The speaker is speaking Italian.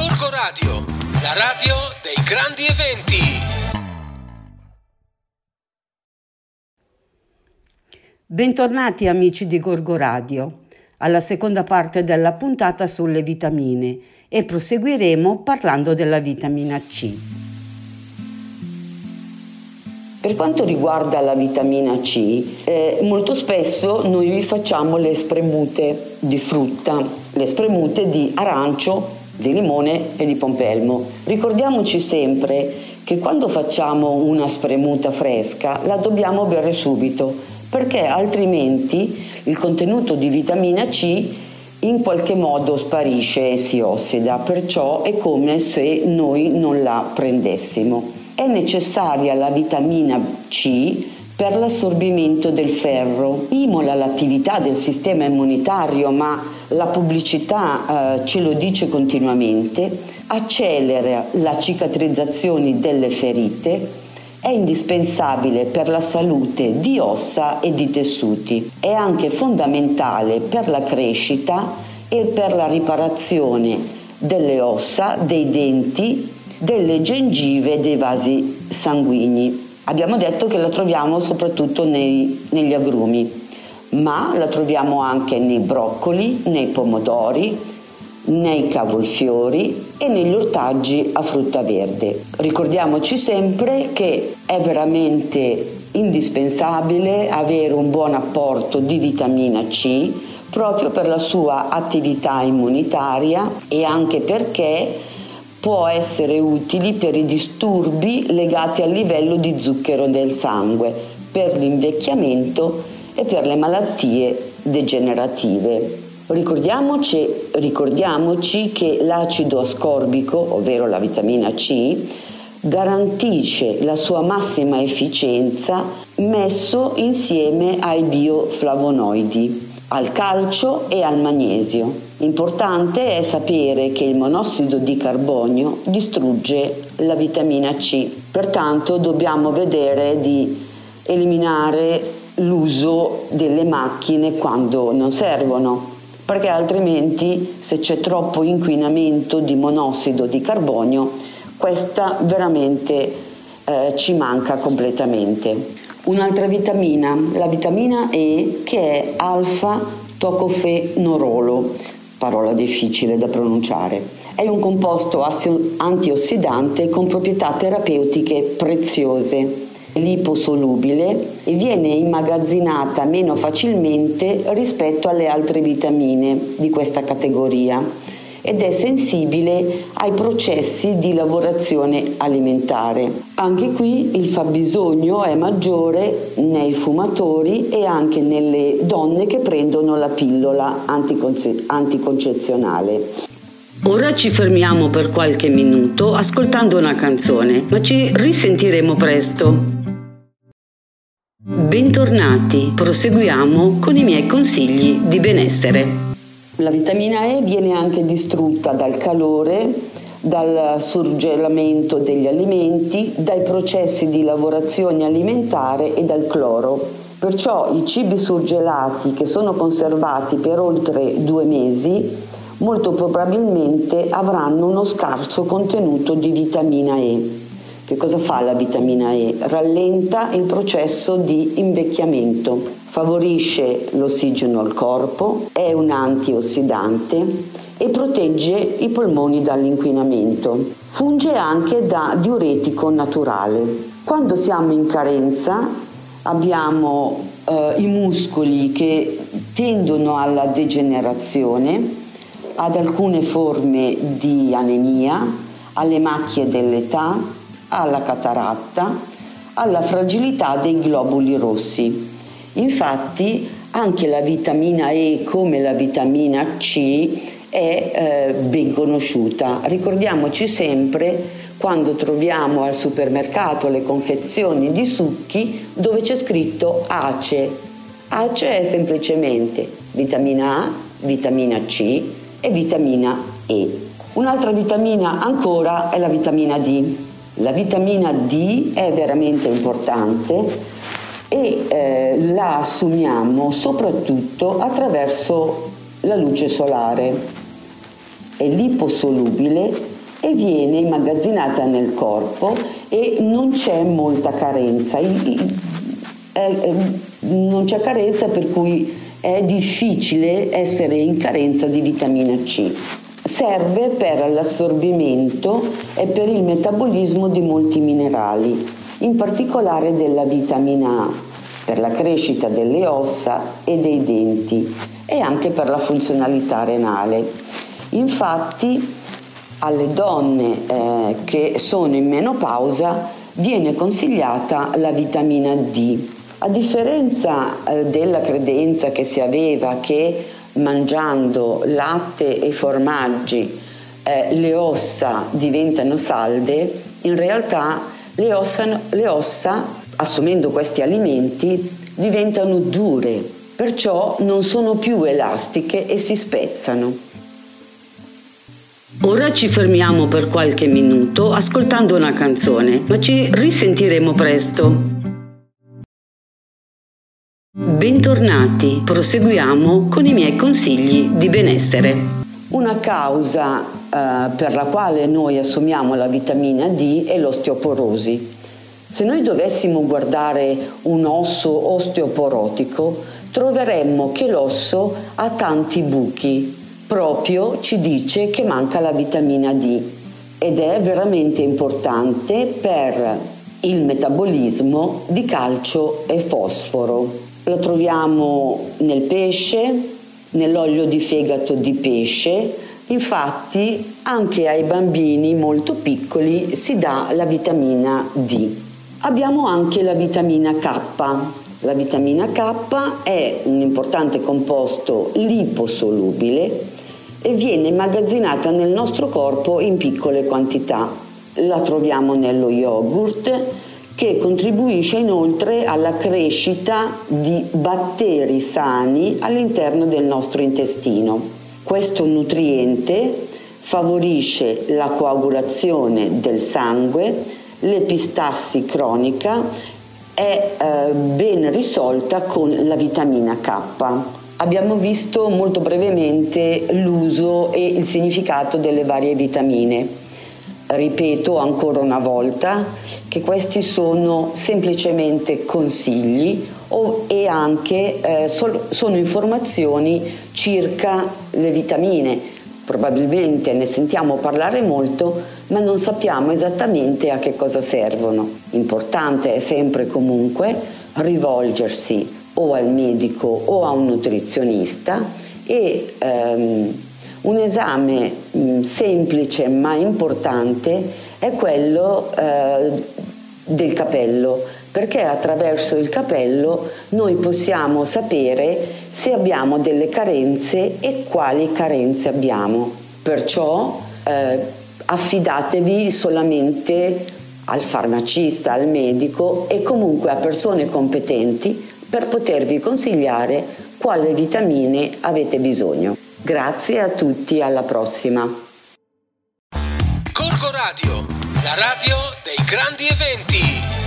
Gorgo Radio, la radio dei grandi eventi. Bentornati amici di Gorgo Radio, alla seconda parte della puntata sulle vitamine e proseguiremo parlando della vitamina C. Per quanto riguarda la vitamina C, molto spesso noi vi facciamo le spremute di frutta, le spremute di arancio, di limone e di pompelmo. Ricordiamoci sempre che quando facciamo una spremuta fresca la dobbiamo bere subito, perché altrimenti il contenuto di vitamina C in qualche modo sparisce e si ossida, perciò è come se noi non la prendessimo. È necessaria la vitamina C per l'assorbimento del ferro, stimola l'attività del sistema immunitario, ma la pubblicità ce lo dice continuamente, accelera la cicatrizzazione delle ferite, è indispensabile per la salute di ossa e di tessuti, è anche fondamentale per la crescita e per la riparazione delle ossa, dei denti, delle gengive e dei vasi sanguigni. Abbiamo detto che la troviamo soprattutto negli agrumi, ma la troviamo anche nei broccoli, nei pomodori, nei cavolfiori e negli ortaggi a frutta verde. Ricordiamoci sempre che è veramente indispensabile avere un buon apporto di vitamina C proprio per la sua attività immunitaria e anche perché può essere utile per i disturbi legati al livello di zucchero nel sangue, per l'invecchiamento e per le malattie degenerative. Ricordiamoci che l'acido ascorbico, ovvero la vitamina C, garantisce la sua massima efficienza messo insieme ai bioflavonoidi, al calcio e al magnesio. Importante è sapere che il monossido di carbonio distrugge la vitamina C, pertanto dobbiamo vedere di eliminare l'uso delle macchine quando non servono, perché altrimenti se c'è troppo inquinamento di monossido di carbonio, questa veramente ci manca completamente. Un'altra vitamina, la vitamina E, che è alfa-tocofenorolo, parola difficile da pronunciare. È un composto antiossidante con proprietà terapeutiche preziose, liposolubile e viene immagazzinata meno facilmente rispetto alle altre vitamine di questa categoria ed è sensibile ai processi di lavorazione alimentare. Anche qui il fabbisogno è maggiore nei fumatori e anche nelle donne che prendono la pillola anticoncezionale. Ora ci fermiamo per qualche minuto ascoltando una canzone, ma ci risentiremo presto. Bentornati, proseguiamo con i miei consigli di benessere. La vitamina E viene anche distrutta dal calore, dal surgelamento degli alimenti, dai processi di lavorazione alimentare e dal cloro. Perciò i cibi surgelati che sono conservati per oltre 2 mesi molto probabilmente avranno uno scarso contenuto di vitamina E. Che cosa fa la vitamina E? Rallenta il processo di invecchiamento, favorisce l'ossigeno al corpo, è un antiossidante e protegge i polmoni dall'inquinamento. Funge anche da diuretico naturale. Quando siamo in carenza abbiamo i muscoli che tendono alla degenerazione, ad alcune forme di anemia, alle macchie dell'età, alla cataratta, alla fragilità dei globuli rossi. Infatti anche la vitamina E, come la vitamina C, è ben conosciuta. Ricordiamoci sempre quando troviamo al supermercato le confezioni di succhi dove c'è scritto ACE. ACE è semplicemente vitamina A, vitamina C e vitamina E. Un'altra vitamina ancora è la vitamina D. La vitamina D è veramente importante e la assumiamo soprattutto attraverso la luce solare. È liposolubile e viene immagazzinata nel corpo e non c'è molta carenza. Non c'è carenza, per cui è difficile essere in carenza di vitamina C. Serve per l'assorbimento e per il metabolismo di molti minerali, in particolare della vitamina A, per la crescita delle ossa e dei denti e anche per la funzionalità renale. Infatti alle donne che sono in menopausa viene consigliata la vitamina D. A differenza della credenza che si aveva che mangiando latte e formaggi le ossa diventano salde, in realtà le ossa, assumendo questi alimenti, diventano dure, perciò non sono più elastiche e si spezzano. Ora ci fermiamo per qualche minuto ascoltando una canzone, ma ci risentiremo presto. Bentornati, proseguiamo con i miei consigli di benessere. Una causa per la quale noi assumiamo la vitamina D è l'osteoporosi. Se noi dovessimo guardare un osso osteoporotico, troveremmo che l'osso ha tanti buchi. Proprio ci dice che manca la vitamina D ed è veramente importante per il metabolismo di calcio e fosforo. La troviamo nel pesce, nell'olio di fegato di pesce, infatti anche ai bambini molto piccoli si dà la vitamina D. Abbiamo anche la vitamina K. La vitamina K è un importante composto liposolubile e viene immagazzinata nel nostro corpo in piccole quantità. La troviamo nello yogurt, che contribuisce inoltre alla crescita di batteri sani all'interno del nostro intestino. Questo nutriente favorisce la coagulazione del sangue, l'epistassi cronica è ben risolta con la vitamina K. Abbiamo visto molto brevemente l'uso e il significato delle varie vitamine. Ripeto ancora una volta che questi sono semplicemente consigli e anche sono informazioni circa le vitamine. Probabilmente ne sentiamo parlare molto, ma non sappiamo esattamente a che cosa servono. Importante è sempre comunque rivolgersi o al medico o a un nutrizionista e un esame semplice ma importante è quello del capello, perché attraverso il capello noi possiamo sapere se abbiamo delle carenze e quali carenze abbiamo. Perciò affidatevi solamente al farmacista, al medico e comunque a persone competenti per potervi consigliare quale vitamine avete bisogno. Grazie a tutti, alla prossima. Gorgo Radio, la radio dei grandi eventi.